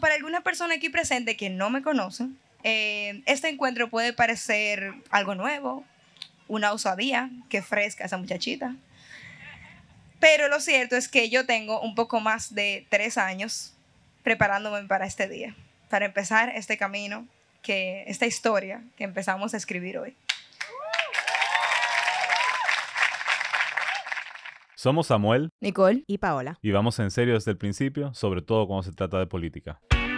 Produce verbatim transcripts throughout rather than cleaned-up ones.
Para alguna persona aquí presente que no me conocen, eh, este encuentro puede parecer algo nuevo, una osadía, que fresca esa muchachita. Pero lo cierto es que yo tengo un poco más de tres años preparándome para este día, para empezar este camino, que, esta historia que empezamos a escribir hoy. Somos Samuel, Nicole y Paola. y vamos en serio desde el principio, sobre todo cuando se trata de política.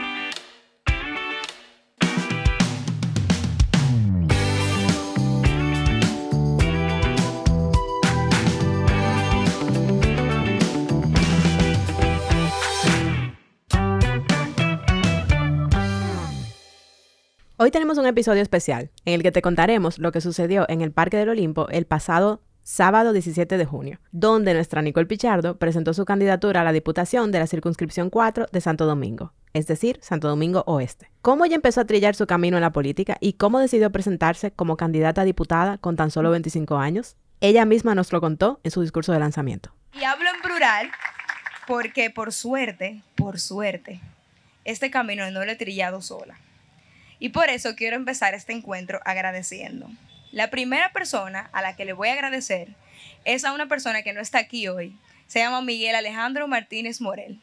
Hoy tenemos un episodio especial en el que te contaremos lo que sucedió en el Parque del Olimpo el pasado sábado diecisiete de junio, donde nuestra Nicole Pichardo presentó su candidatura a la diputación de la circunscripción cuatro de Santo Domingo, es decir, Santo Domingo Oeste. Cómo ella empezó a trillar su camino en la política y cómo decidió presentarse como candidata a diputada con tan solo veinticinco años, ella misma nos lo contó en su discurso de lanzamiento. Y hablo en plural porque por suerte, por suerte, este camino no lo he trillado sola. Y por eso quiero empezar este encuentro agradeciendo. La primera persona a la que le voy a agradecer es a una persona que no está aquí hoy. Se llama Miguel Alejandro Martínez Morel.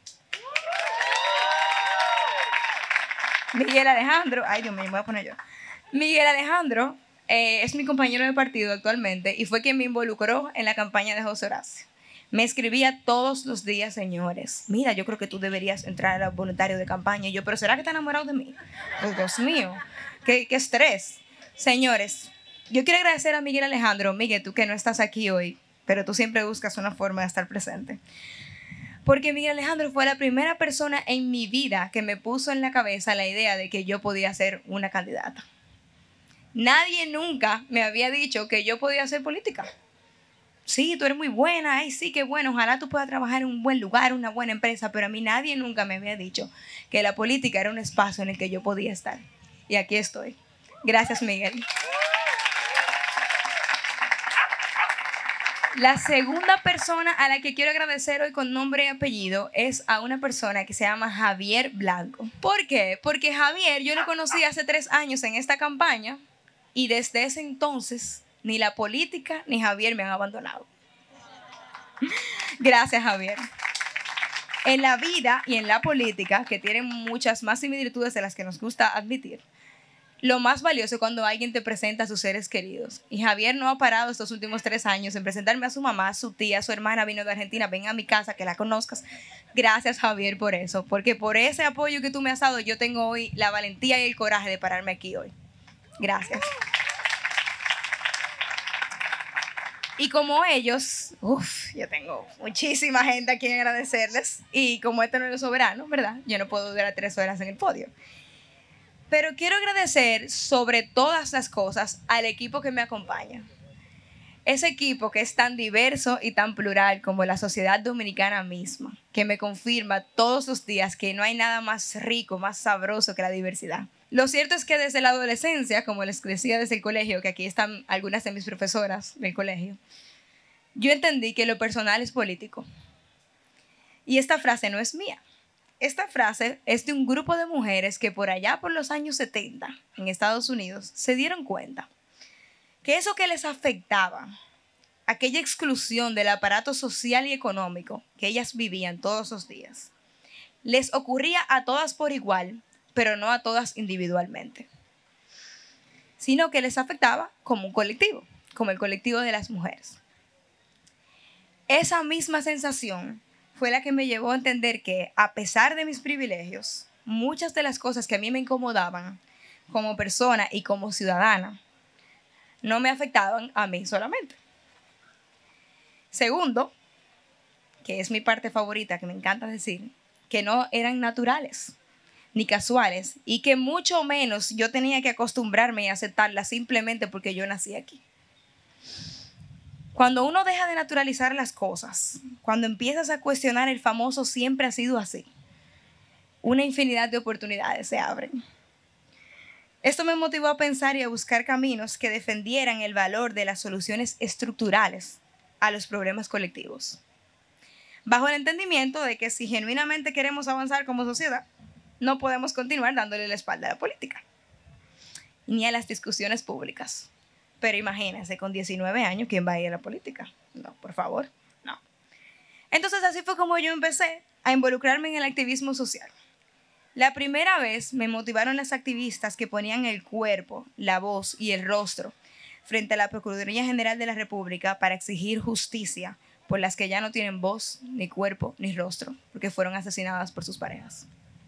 Miguel Alejandro, ay Dios mío, me voy a poner yo. Miguel Alejandro eh, es mi compañero de partido actualmente y fue quien me involucró en la campaña de José Horacio. Me escribía todos los días, señores, mira, yo creo que tú deberías entrar a voluntario de campaña. Y yo, pero ¿será que está enamorado de mí? Oh, Dios mío, qué, qué estrés. Señores, yo quiero agradecer a Miguel Alejandro. Miguel, tú que no estás aquí hoy, pero tú siempre buscas una forma de estar presente. Porque Miguel Alejandro fue la primera persona en mi vida que me puso en la cabeza la idea de que yo podía ser una candidata. Nadie nunca me había dicho que yo podía hacer política. Sí, tú eres muy buena, ay, sí, qué bueno, ojalá tú puedas trabajar en un buen lugar, una buena empresa, pero a mí nadie nunca me había dicho que la política era un espacio en el que yo podía estar. Y aquí estoy. Gracias, Miguel. La segunda persona a la que quiero agradecer hoy con nombre y apellido es a una persona que se llama Javier Blanco. ¿Por qué? Porque Javier yo lo conocí hace tres años en esta campaña y desde ese entonces ni la política ni Javier me han abandonado. Gracias, Javier. En la vida y en la política, que tienen muchas más similitudes de las que nos gusta admitir, lo más valioso es cuando alguien te presenta a sus seres queridos. Y Javier no ha parado estos últimos tres años en presentarme a su mamá, a su tía, a su hermana vino de Argentina, ven a mi casa, que la conozcas. Gracias, Javier, por eso. Porque por ese apoyo que tú me has dado, yo tengo hoy la valentía y el coraje de pararme aquí hoy. Gracias. Y como ellos, uff, yo tengo muchísima gente a quien agradecerles. Y como esto no es lo soberano, ¿verdad? Yo no puedo durar tres horas en el podio. Pero quiero agradecer sobre todas las cosas al equipo que me acompaña. Ese equipo que es tan diverso y tan plural como la sociedad dominicana misma, que me confirma todos los días que no hay nada más rico, más sabroso que la diversidad. Lo cierto es que desde la adolescencia, como les decía desde el colegio, que aquí están algunas de mis profesoras del colegio, yo entendí que lo personal es político. Y esta frase no es mía. Esta frase es de un grupo de mujeres que por allá por los años setenta, en Estados Unidos, se dieron cuenta que eso que les afectaba, aquella exclusión del aparato social y económico que ellas vivían todos los días, les ocurría a todas por igual, pero no a todas individualmente, sino que les afectaba como un colectivo, como el colectivo de las mujeres. Esa misma sensación fue la que me llevó a entender que, a pesar de mis privilegios, muchas de las cosas que a mí me incomodaban como persona y como ciudadana, no me afectaban a mí solamente. Segundo, que es mi parte favorita, que me encanta decir, que no eran naturales ni casuales y que mucho menos yo tenía que acostumbrarme y aceptarlas simplemente porque yo nací aquí. Cuando uno deja de naturalizar las cosas, cuando empiezas a cuestionar el famoso siempre ha sido así, una infinidad de oportunidades se abren. Esto me motivó a pensar y a buscar caminos que defendieran el valor de las soluciones estructurales a los problemas colectivos, bajo el entendimiento de que si genuinamente queremos avanzar como sociedad, no podemos continuar dándole la espalda a la política, ni a las discusiones públicas. Pero imagínense, con diecinueve años, ¿quién va a ir a la política? No, por favor, no. Entonces así fue como yo empecé a involucrarme en el activismo social. La primera vez me motivaron las activistas que ponían el cuerpo, la voz y el rostro frente a la Procuraduría General de la República para exigir justicia por las que ya no tienen voz, ni cuerpo, ni rostro, porque fueron asesinadas por sus parejas.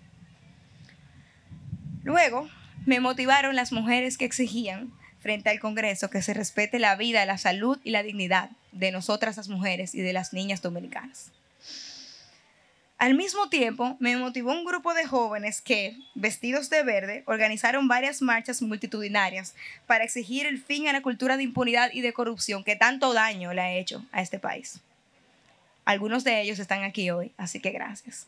Luego, me motivaron las mujeres que exigían frente al Congreso que se respete la vida, la salud y la dignidad de nosotras las mujeres y de las niñas dominicanas. Al mismo tiempo, me motivó un grupo de jóvenes que, vestidos de verde, organizaron varias marchas multitudinarias para exigir el fin a la cultura de impunidad y de corrupción que tanto daño le ha hecho a este país. Algunos de ellos están aquí hoy, así que gracias.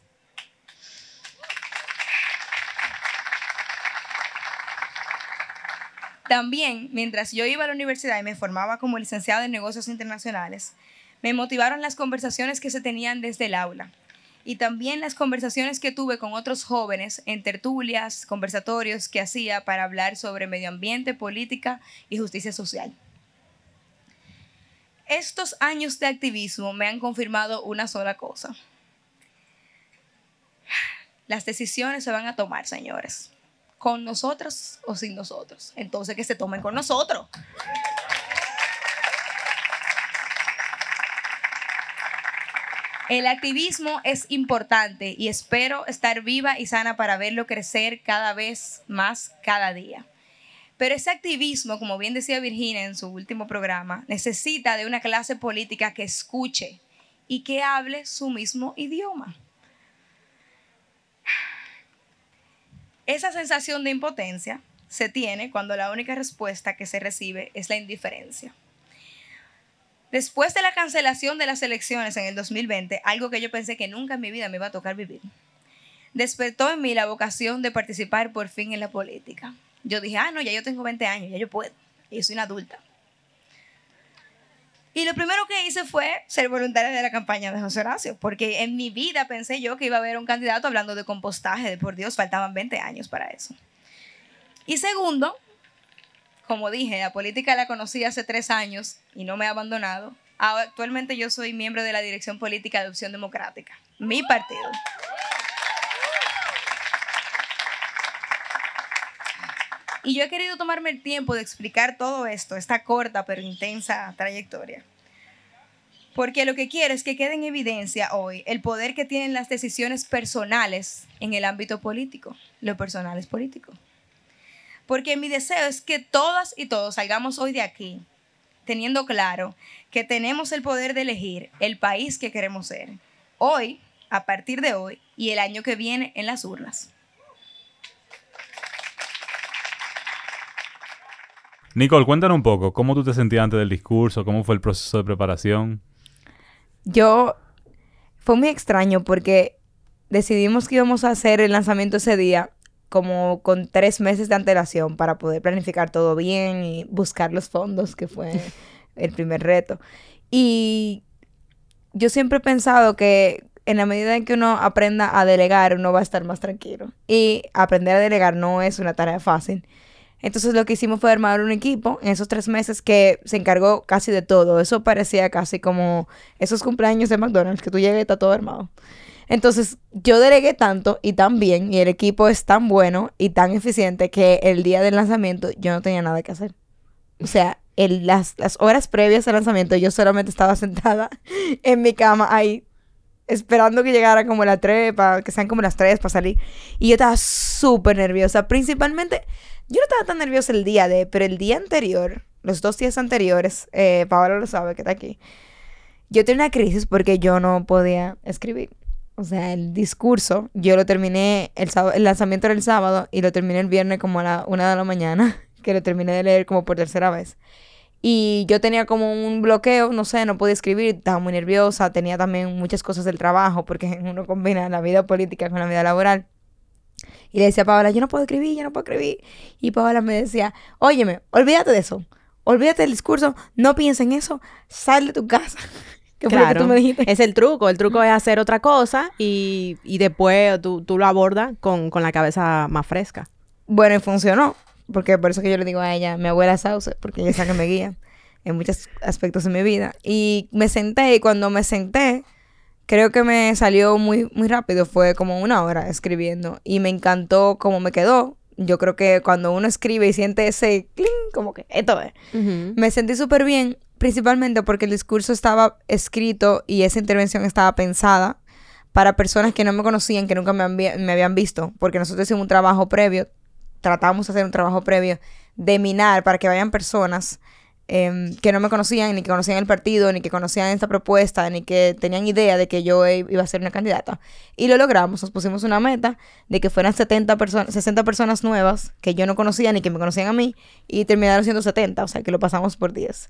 También, mientras yo iba a la universidad y me formaba como licenciada en negocios internacionales, me motivaron las conversaciones que se tenían desde el aula y también las conversaciones que tuve con otros jóvenes en tertulias, conversatorios que hacía para hablar sobre medio ambiente, política y justicia social. Estos años de activismo me han confirmado una sola cosa. Las decisiones se van a tomar, señores, con nosotros o sin nosotros. Entonces, que se tomen con nosotros. El activismo es importante y espero estar viva y sana para verlo crecer cada vez más cada día. Pero ese activismo, como bien decía Virginia en su último programa, necesita de una clase política que escuche y que hable su mismo idioma. Esa sensación de impotencia se tiene cuando la única respuesta que se recibe es la indiferencia. Después de la cancelación de las elecciones en el dos mil veinte, algo que yo pensé que nunca en mi vida me iba a tocar vivir, despertó en mí la vocación de participar por fin en la política. Yo dije, ah, no, ya yo tengo veinte años, ya yo puedo, yo soy una adulta. Y lo primero que hice fue ser voluntaria de la campaña de José Horacio, porque en mi vida pensé yo que iba a haber un candidato hablando de compostaje, de por Dios, faltaban veinte años para eso. Y segundo, como dije, la política la conocí hace tres años y no me ha abandonado. Actualmente yo soy miembro de la Dirección Política de Opción Democrática, mi partido. Y yo he querido tomarme el tiempo de explicar todo esto, esta corta pero intensa trayectoria. Porque lo que quiero es que quede en evidencia hoy el poder que tienen las decisiones personales en el ámbito político. Lo personal es político. Porque mi deseo es que todas y todos salgamos hoy de aquí teniendo claro que tenemos el poder de elegir el país que queremos ser. Hoy, a partir de hoy y el año que viene en las urnas. Nicole, cuéntanos un poco, ¿cómo tú te sentías antes del discurso? ¿Cómo fue el proceso de preparación? Yo, fue muy extraño porque decidimos que íbamos a hacer el lanzamiento ese día como con tres meses de antelación para poder planificar todo bien y buscar los fondos, que fue el primer reto. Y yo siempre he pensado que en la medida en que uno aprenda a delegar, uno va a estar más tranquilo. Y aprender a delegar no es una tarea fácil. Entonces lo que hicimos fue armar un equipo en esos tres meses que se encargó casi de todo. Eso parecía casi como esos cumpleaños de McDonald's, que tú llegas y está todo armado. Entonces yo delegué tanto y tan bien, y el equipo es tan bueno y tan eficiente que el día del lanzamiento yo no tenía nada que hacer. O sea, el, las, las horas previas al lanzamiento yo solamente estaba sentada en mi cama ahí, esperando que llegara como las tres, para que sean como las tres para salir. Y yo estaba súper nerviosa. Principalmente, yo no estaba tan nerviosa el día de, pero el día anterior, los dos días anteriores, eh, Paola lo sabe que está aquí, yo tenía una crisis porque yo no podía escribir. O sea, el discurso, yo lo terminé, el, sábado, el lanzamiento era el sábado y lo terminé el viernes como a la una de la mañana, que lo terminé de leer como por tercera vez. Y yo tenía como un bloqueo, no sé, no podía escribir, estaba muy nerviosa, tenía también muchas cosas del trabajo, porque uno combina la vida política con la vida laboral. Y le decía a Paola, yo no puedo escribir, yo no puedo escribir. Y Paola me decía, óyeme, olvídate de eso, olvídate del discurso, no pienses en eso, sal de tu casa. ¿Qué fue lo que tú me dijiste? Es el truco. El truco es hacer otra cosa y, y después tú, tú lo abordas con, con la cabeza más fresca. Bueno, y funcionó. Porque por eso que yo le digo a ella, mi abuela Sauce, porque ella es la que me guía en muchos aspectos de mi vida. Y me senté, y cuando me senté, creo que me salió muy, muy rápido. Fue como una hora escribiendo. Y me encantó cómo me quedó. Yo creo que cuando uno escribe y siente ese cling, como que esto es. Uh-huh. Me sentí súper bien, principalmente porque el discurso estaba escrito y esa intervención estaba pensada para personas que no me conocían, que nunca me, había, me habían visto. Porque nosotros hicimos un trabajo previo, tratamos de hacer un trabajo previo de minar para que vayan personas Eh, que no me conocían, ni que conocían el partido, ni que conocían esta propuesta, ni que tenían idea de que yo iba a ser una candidata. Y lo logramos. Nos pusimos una meta de que fueran setenta personas, sesenta personas nuevas que yo no conocía ni que me conocían a mí, y terminaron siendo setenta, o sea que lo pasamos por diez.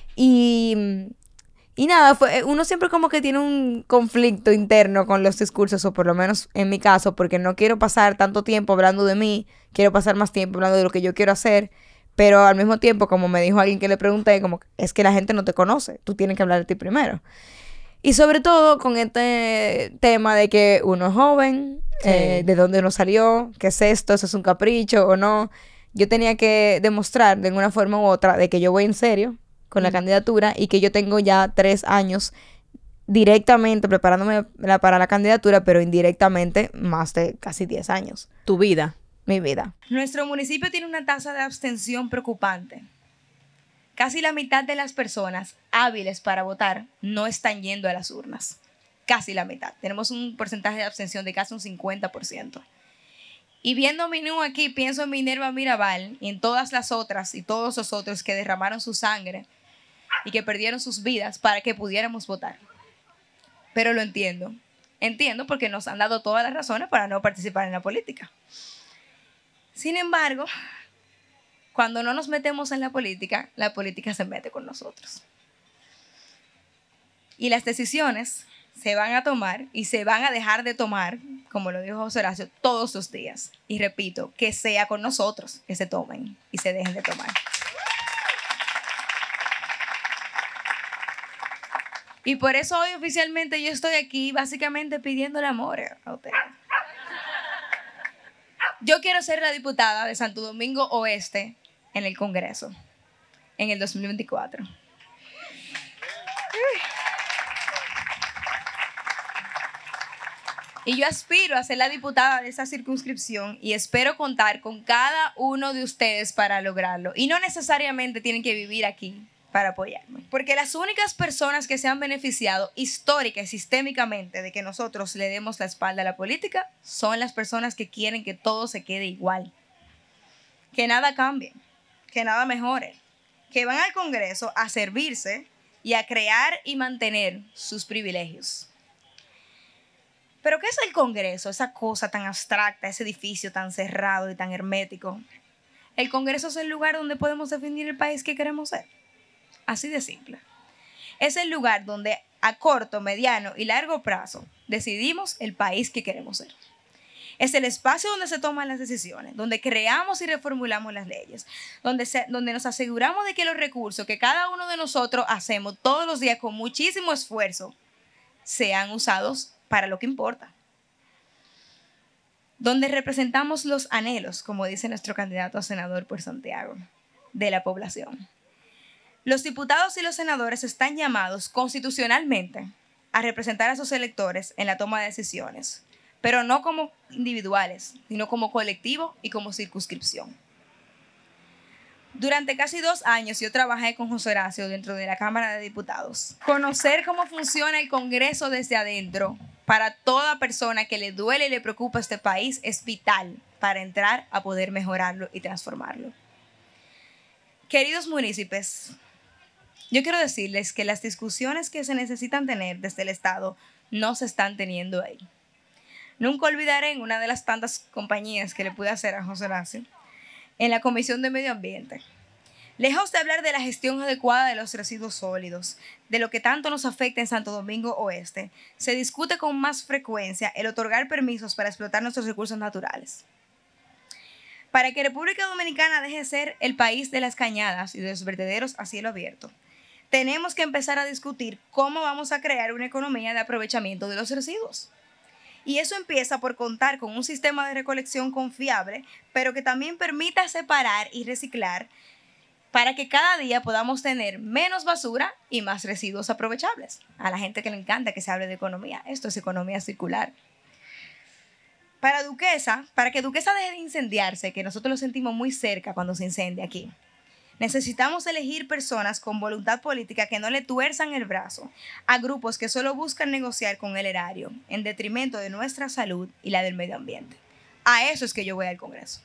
Y, y nada, fue, uno siempre como que tiene un conflicto interno con los discursos, o por lo menos en mi caso, porque no quiero pasar tanto tiempo hablando de mí, quiero pasar más tiempo hablando de lo que yo quiero hacer. Pero al mismo tiempo, como me dijo alguien que le pregunté, como es que la gente no te conoce, tú tienes que hablar de ti primero. Y sobre todo con este tema de que uno es joven, sí. eh, de dónde uno salió, qué es esto, eso es un capricho o no. Yo tenía que demostrar de una forma u otra de que yo voy en serio con mm. la candidatura y que yo tengo ya tres años directamente preparándome para la candidatura, pero indirectamente más de casi diez años. Tu vida. Mi vida. Nuestro municipio tiene una tasa de abstención preocupante. Casi la mitad de las personas hábiles para votar no están yendo a las urnas. Casi la mitad. Tenemos un porcentaje de abstención de casi un cincuenta por ciento. Y viendo mi menú aquí, pienso en Minerva Mirabal y en todas las otras y todos los otros que derramaron su sangre y que perdieron sus vidas para que pudiéramos votar. Pero lo entiendo. Entiendo porque nos han dado todas las razones para no participar en la política. Sin embargo, cuando no nos metemos en la política, la política se mete con nosotros. Y las decisiones se van a tomar y se van a dejar de tomar, como lo dijo José Horacio, todos los días. Y repito, que sea con nosotros que se tomen y se dejen de tomar. Y por eso hoy oficialmente yo estoy aquí básicamente pidiéndole amor a ustedes. Yo quiero ser la diputada de Santo Domingo Oeste en el Congreso en el dos mil veinticuatro. Y yo aspiro a ser la diputada de esa circunscripción y espero contar con cada uno de ustedes para lograrlo. Y no necesariamente tienen que vivir aquí para apoyarme. Porque las únicas personas que se han beneficiado histórica y sistémicamente de que nosotros le demos la espalda a la política son las personas que quieren que todo se quede igual. Que nada cambie, que nada mejore. Que van al Congreso a servirse y a crear y mantener sus privilegios. ¿Pero qué es el Congreso? Esa cosa tan abstracta, ese edificio tan cerrado y tan hermético. El Congreso es el lugar donde podemos definir el país que queremos ser. Así de simple. Es el lugar donde a corto, mediano y largo plazo decidimos el país que queremos ser. Es el espacio donde se toman las decisiones, donde creamos y reformulamos las leyes, donde, se, donde nos aseguramos de que los recursos que cada uno de nosotros hacemos todos los días con muchísimo esfuerzo sean usados para lo que importa. Donde representamos los anhelos, como dice nuestro candidato a senador por Santiago, de la población. Los diputados y los senadores están llamados constitucionalmente a representar a sus electores en la toma de decisiones, pero no como individuales, sino como colectivo y como circunscripción. Durante casi dos años yo trabajé con José Horacio dentro de la Cámara de Diputados. Conocer cómo funciona el Congreso desde adentro para toda persona que le duele y le preocupa este país es vital para entrar a poder mejorarlo y transformarlo. Queridos municipios, yo quiero decirles que las discusiones que se necesitan tener desde el Estado no se están teniendo ahí. Nunca olvidaré en una de las tantas compañías que le pude hacer a José Horacio, en la Comisión de Medio Ambiente. Lejos de hablar de la gestión adecuada de los residuos sólidos, de lo que tanto nos afecta en Santo Domingo Oeste, se discute con más frecuencia el otorgar permisos para explotar nuestros recursos naturales. Para que República Dominicana deje de ser el país de las cañadas y de los vertederos a cielo abierto, tenemos que empezar a discutir cómo vamos a crear una economía de aprovechamiento de los residuos. Y eso empieza por contar con un sistema de recolección confiable, pero que también permita separar y reciclar para que cada día podamos tener menos basura y más residuos aprovechables. A la gente que le encanta que se hable de economía, esto es economía circular. Para Duquesa, para que Duquesa deje de incendiarse, que nosotros lo sentimos muy cerca cuando se incendia aquí, necesitamos elegir personas con voluntad política que no le tuerzan el brazo a grupos que solo buscan negociar con el erario en detrimento de nuestra salud y la del medio ambiente. A eso es que yo voy al Congreso.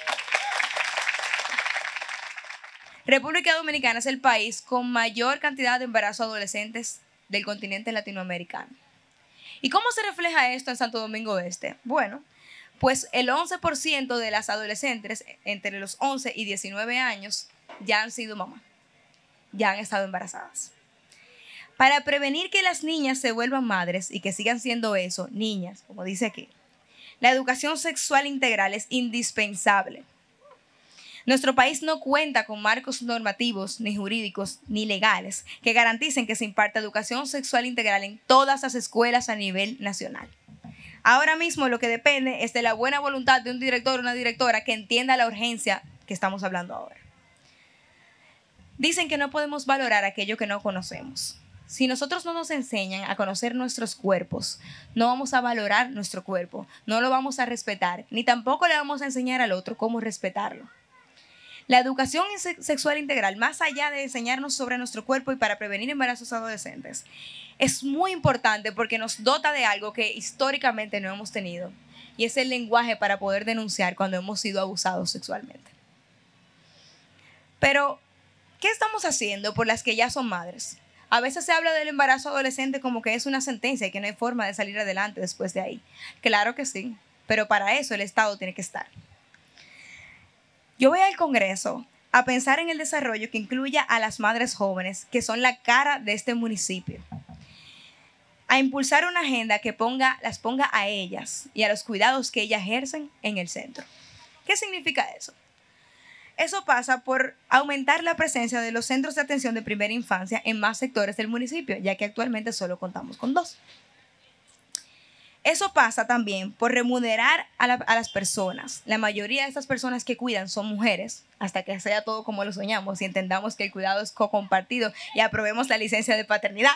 República Dominicana es el país con mayor cantidad de embarazos adolescentes del continente latinoamericano. ¿Y cómo se refleja esto en Santo Domingo Este? Bueno, pues el once por ciento de las adolescentes entre los once y diecinueve años ya han sido mamás, ya han estado embarazadas. Para prevenir que las niñas se vuelvan madres y que sigan siendo eso, niñas, como dice aquí, la educación sexual integral es indispensable. Nuestro país no cuenta con marcos normativos, ni jurídicos, ni legales que garanticen que se imparta educación sexual integral en todas las escuelas a nivel nacional. Ahora mismo lo que depende es de la buena voluntad de un director o una directora que entienda la urgencia que estamos hablando ahora. Dicen que no podemos valorar aquello que no conocemos. Si nosotros no nos enseñan a conocer nuestros cuerpos, no vamos a valorar nuestro cuerpo, no lo vamos a respetar, ni tampoco le vamos a enseñar al otro cómo respetarlo. La educación sexual integral, más allá de enseñarnos sobre nuestro cuerpo y para prevenir embarazos adolescentes, es muy importante porque nos dota de algo que históricamente no hemos tenido, y es el lenguaje para poder denunciar cuando hemos sido abusados sexualmente. Pero, ¿qué estamos haciendo por las que ya son madres? A veces se habla del embarazo adolescente como que es una sentencia y que no hay forma de salir adelante después de ahí. Claro que sí, pero para eso el Estado tiene que estar. Yo voy al Congreso a pensar en el desarrollo que incluya a las madres jóvenes, que son la cara de este municipio, a impulsar una agenda que ponga, las ponga a ellas y a los cuidados que ellas ejercen en el centro. ¿Qué significa eso? Eso pasa por aumentar la presencia de los centros de atención de primera infancia en más sectores del municipio, ya que actualmente solo contamos con dos. Eso pasa también por remunerar a, la, a las personas. La mayoría de estas personas que cuidan son mujeres, hasta que sea todo como lo soñamos y entendamos que el cuidado es co-compartido y aprobemos la licencia de paternidad.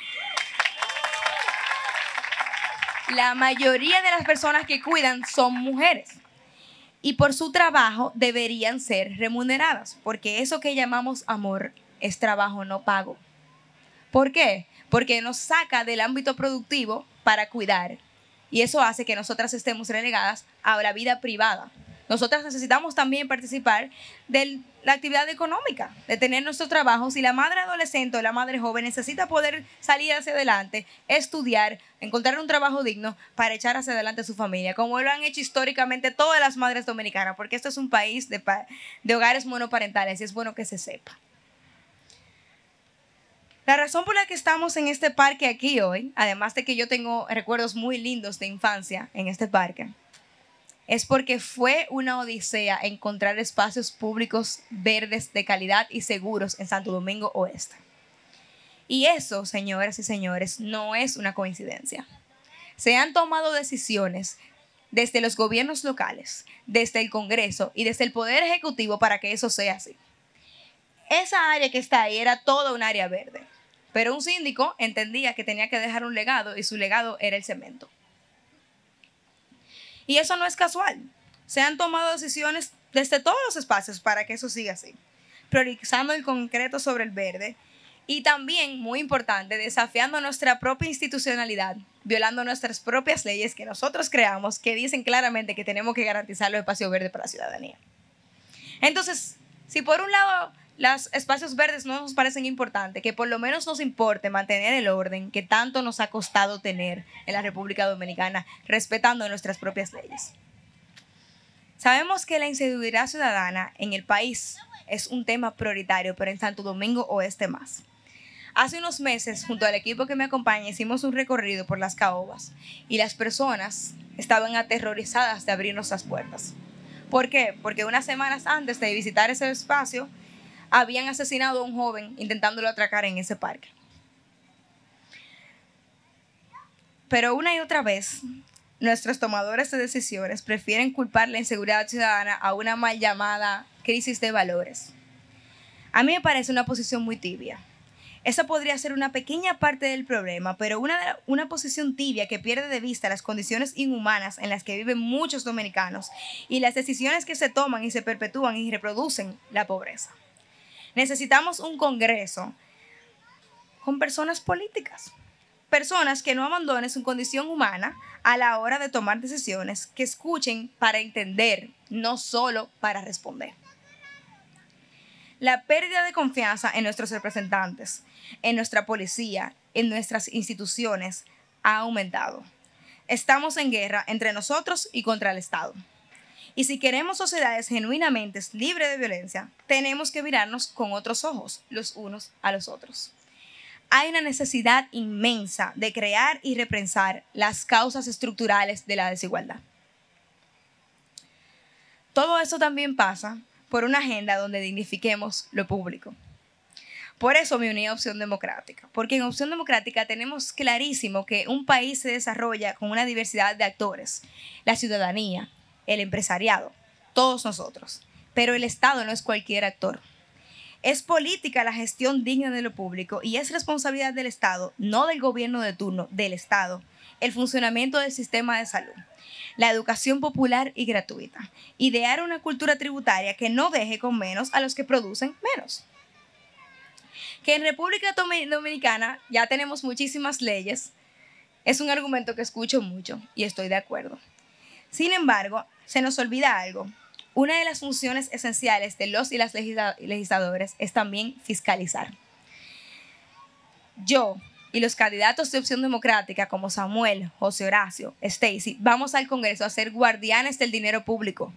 La mayoría de las personas que cuidan son mujeres y por su trabajo deberían ser remuneradas, porque eso que llamamos amor es trabajo no pago. ¿Por qué? Porque nos saca del ámbito productivo para cuidar. Y eso hace que nosotras estemos relegadas a la vida privada. Nosotras necesitamos también participar de la actividad económica, de tener nuestro trabajo. Si la madre adolescente o la madre joven necesita poder salir hacia adelante, estudiar, encontrar un trabajo digno para echar hacia adelante a su familia, como lo han hecho históricamente todas las madres dominicanas, porque esto es un país de, de hogares monoparentales y es bueno que se sepa. La razón por la que estamos en este parque aquí hoy, además de que yo tengo recuerdos muy lindos de infancia en este parque, es porque fue una odisea encontrar espacios públicos verdes de calidad y seguros en Santo Domingo Oeste. Y eso, señoras y señores, no es una coincidencia. Se han tomado decisiones desde los gobiernos locales, desde el Congreso y desde el Poder Ejecutivo para que eso sea así. Esa área que está ahí era toda un área verde, pero un síndico entendía que tenía que dejar un legado y su legado era el cemento. Y eso no es casual. Se han tomado decisiones desde todos los espacios para que eso siga así, priorizando el concreto sobre el verde y también, muy importante, desafiando nuestra propia institucionalidad, violando nuestras propias leyes que nosotros creamos, que dicen claramente que tenemos que garantizar los espacios verdes para la ciudadanía. Entonces, si por un lado los espacios verdes no nos parecen importantes, que por lo menos nos importe mantener el orden que tanto nos ha costado tener en la República Dominicana, respetando nuestras propias leyes. Sabemos que la inseguridad ciudadana en el país es un tema prioritario, pero en Santo Domingo Oeste más. Hace unos meses, junto al equipo que me acompaña, hicimos un recorrido por las caobas y las personas estaban aterrorizadas de abrirnos las puertas. ¿Por qué? Porque unas semanas antes de visitar ese espacio, habían asesinado a un joven intentándolo atracar en ese parque. Pero una y otra vez, nuestros tomadores de decisiones prefieren culpar la inseguridad ciudadana a una mal llamada crisis de valores. A mí me parece una posición muy tibia. Esa podría ser una pequeña parte del problema, pero una, una posición tibia que pierde de vista las condiciones inhumanas en las que viven muchos dominicanos y las decisiones que se toman y se perpetúan y reproducen la pobreza. Necesitamos un Congreso con personas políticas. Personas que no abandonen su condición humana a la hora de tomar decisiones, que escuchen para entender, no solo para responder. La pérdida de confianza en nuestros representantes, en nuestra policía, en nuestras instituciones ha aumentado. Estamos en guerra entre nosotros y contra el Estado. Y si queremos sociedades genuinamente libres de violencia, tenemos que mirarnos con otros ojos, los unos a los otros. Hay una necesidad inmensa de crear y repensar las causas estructurales de la desigualdad. Todo eso también pasa por una agenda donde dignifiquemos lo público. Por eso me uní a Opción Democrática, porque en Opción Democrática tenemos clarísimo que un país se desarrolla con una diversidad de actores, la ciudadanía, el empresariado, todos nosotros, pero el Estado no es cualquier actor. Es política la gestión digna de lo público y es responsabilidad del Estado, no del gobierno de turno, del Estado, el funcionamiento del sistema de salud, la educación popular y gratuita, idear una cultura tributaria que no deje con menos a los que producen menos. Que en República Dominicana ya tenemos muchísimas leyes, es un argumento que escucho mucho y estoy de acuerdo. Sin embargo, se nos olvida algo. Una de las funciones esenciales de los y las legisladores es también fiscalizar. Yo y los candidatos de Opción Democrática como Samuel, José Horacio, Stacy, vamos al Congreso a ser guardianes del dinero público.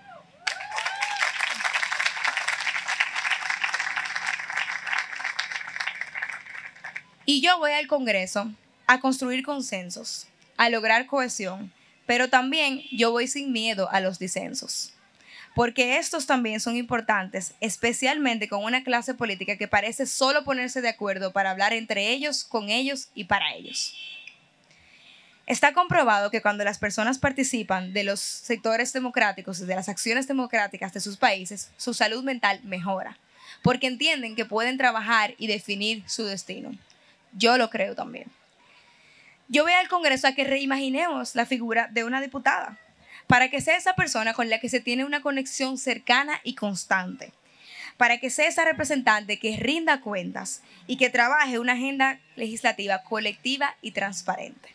Y yo voy al Congreso a construir consensos, a lograr cohesión, pero también yo voy sin miedo a los disensos. Porque estos también son importantes, especialmente con una clase política que parece solo ponerse de acuerdo para hablar entre ellos, con ellos y para ellos. Está comprobado que cuando las personas participan de los sectores democráticos y de las acciones democráticas de sus países, su salud mental mejora, porque entienden que pueden trabajar y definir su destino. Yo lo creo también. Yo voy al Congreso a que reimaginemos la figura de una diputada, para que sea esa persona con la que se tiene una conexión cercana y constante, para que sea esa representante que rinda cuentas y que trabaje una agenda legislativa colectiva y transparente.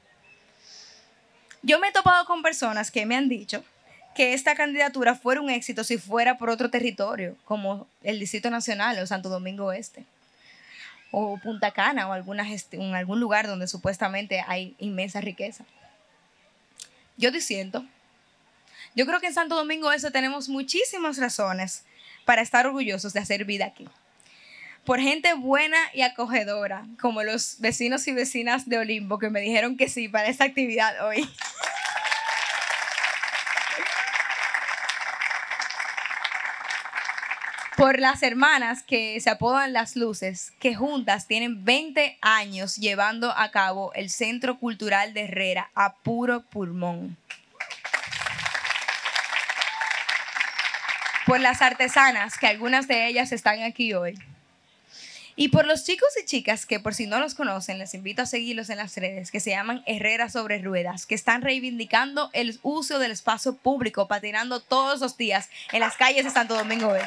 Yo me he topado con personas que me han dicho que esta candidatura fuera un éxito si fuera por otro territorio, como el Distrito Nacional o Santo Domingo Este, o Punta Cana o alguna en algún lugar donde supuestamente hay inmensa riqueza. Yo disiento. Yo creo que en Santo Domingo Este tenemos muchísimas razones para estar orgullosos de hacer vida aquí. Por gente buena y acogedora, como los vecinos y vecinas de Olimpo que me dijeron que sí para esta actividad hoy. Por las hermanas que se apodan Las Luces, que juntas tienen veinte años llevando a cabo el Centro Cultural de Herrera a puro pulmón. Por las artesanas, que algunas de ellas están aquí hoy. Y por los chicos y chicas que, por si no los conocen, les invito a seguirlos en las redes, que se llaman Herrera sobre Ruedas, que están reivindicando el uso del espacio público, patinando todos los días en las calles de Santo Domingo Oeste.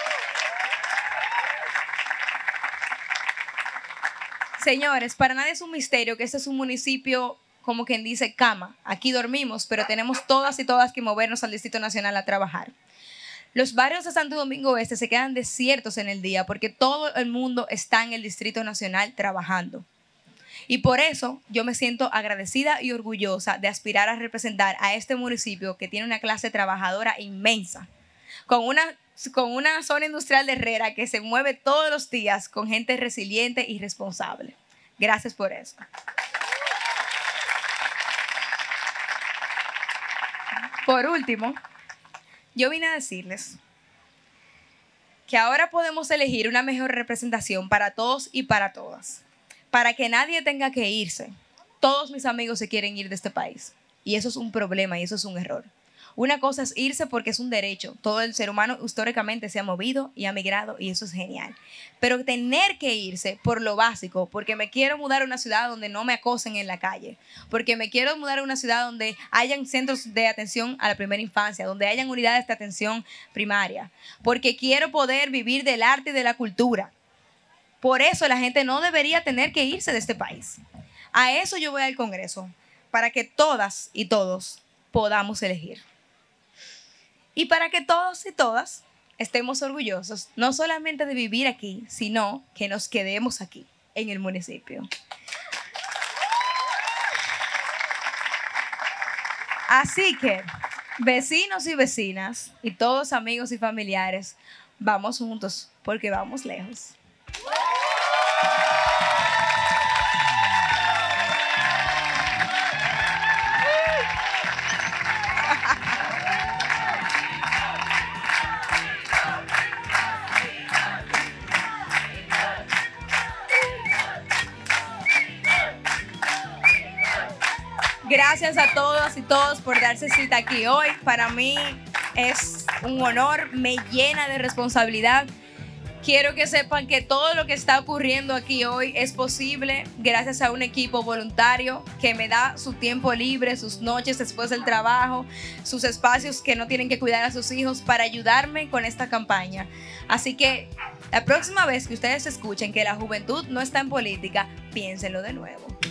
Señores, para nadie es un misterio que este es un municipio, como quien dice, cama. Aquí dormimos, pero tenemos todas y todas que movernos al Distrito Nacional a trabajar. Los barrios de Santo Domingo Este se quedan desiertos en el día porque todo el mundo está en el Distrito Nacional trabajando. Y por eso yo me siento agradecida y orgullosa de aspirar a representar a este municipio que tiene una clase trabajadora inmensa, con una, con una zona industrial de Herrera que se mueve todos los días con gente resiliente y responsable. Gracias por eso. Por último, yo vine a decirles que ahora podemos elegir una mejor representación para todos y para todas, para que nadie tenga que irse. Todos mis amigos se quieren ir de este país y eso es un problema y eso es un error. Una cosa es irse porque es un derecho. Todo el ser humano históricamente se ha movido y ha migrado y eso es genial. Pero tener que irse por lo básico, porque me quiero mudar a una ciudad donde no me acosen en la calle, porque me quiero mudar a una ciudad donde hayan centros de atención a la primera infancia, donde hayan unidades de atención primaria, porque quiero poder vivir del arte y de la cultura. Por eso la gente no debería tener que irse de este país. A eso yo voy al Congreso, para que todas y todos podamos elegir. Y para que todos y todas estemos orgullosos, no solamente de vivir aquí, sino que nos quedemos aquí, en el municipio. Así que, vecinos y vecinas, y todos amigos y familiares, vamos juntos, porque vamos lejos. Gracias a todas y todos por darse cita aquí hoy. Para mí es un honor, me llena de responsabilidad. Quiero que sepan que todo lo que está ocurriendo aquí hoy es posible gracias a un equipo voluntario que me da su tiempo libre, sus noches después del trabajo, sus espacios que no tienen que cuidar a sus hijos para ayudarme con esta campaña. Así que la próxima vez que ustedes escuchen que la juventud no está en política, piénsenlo de nuevo.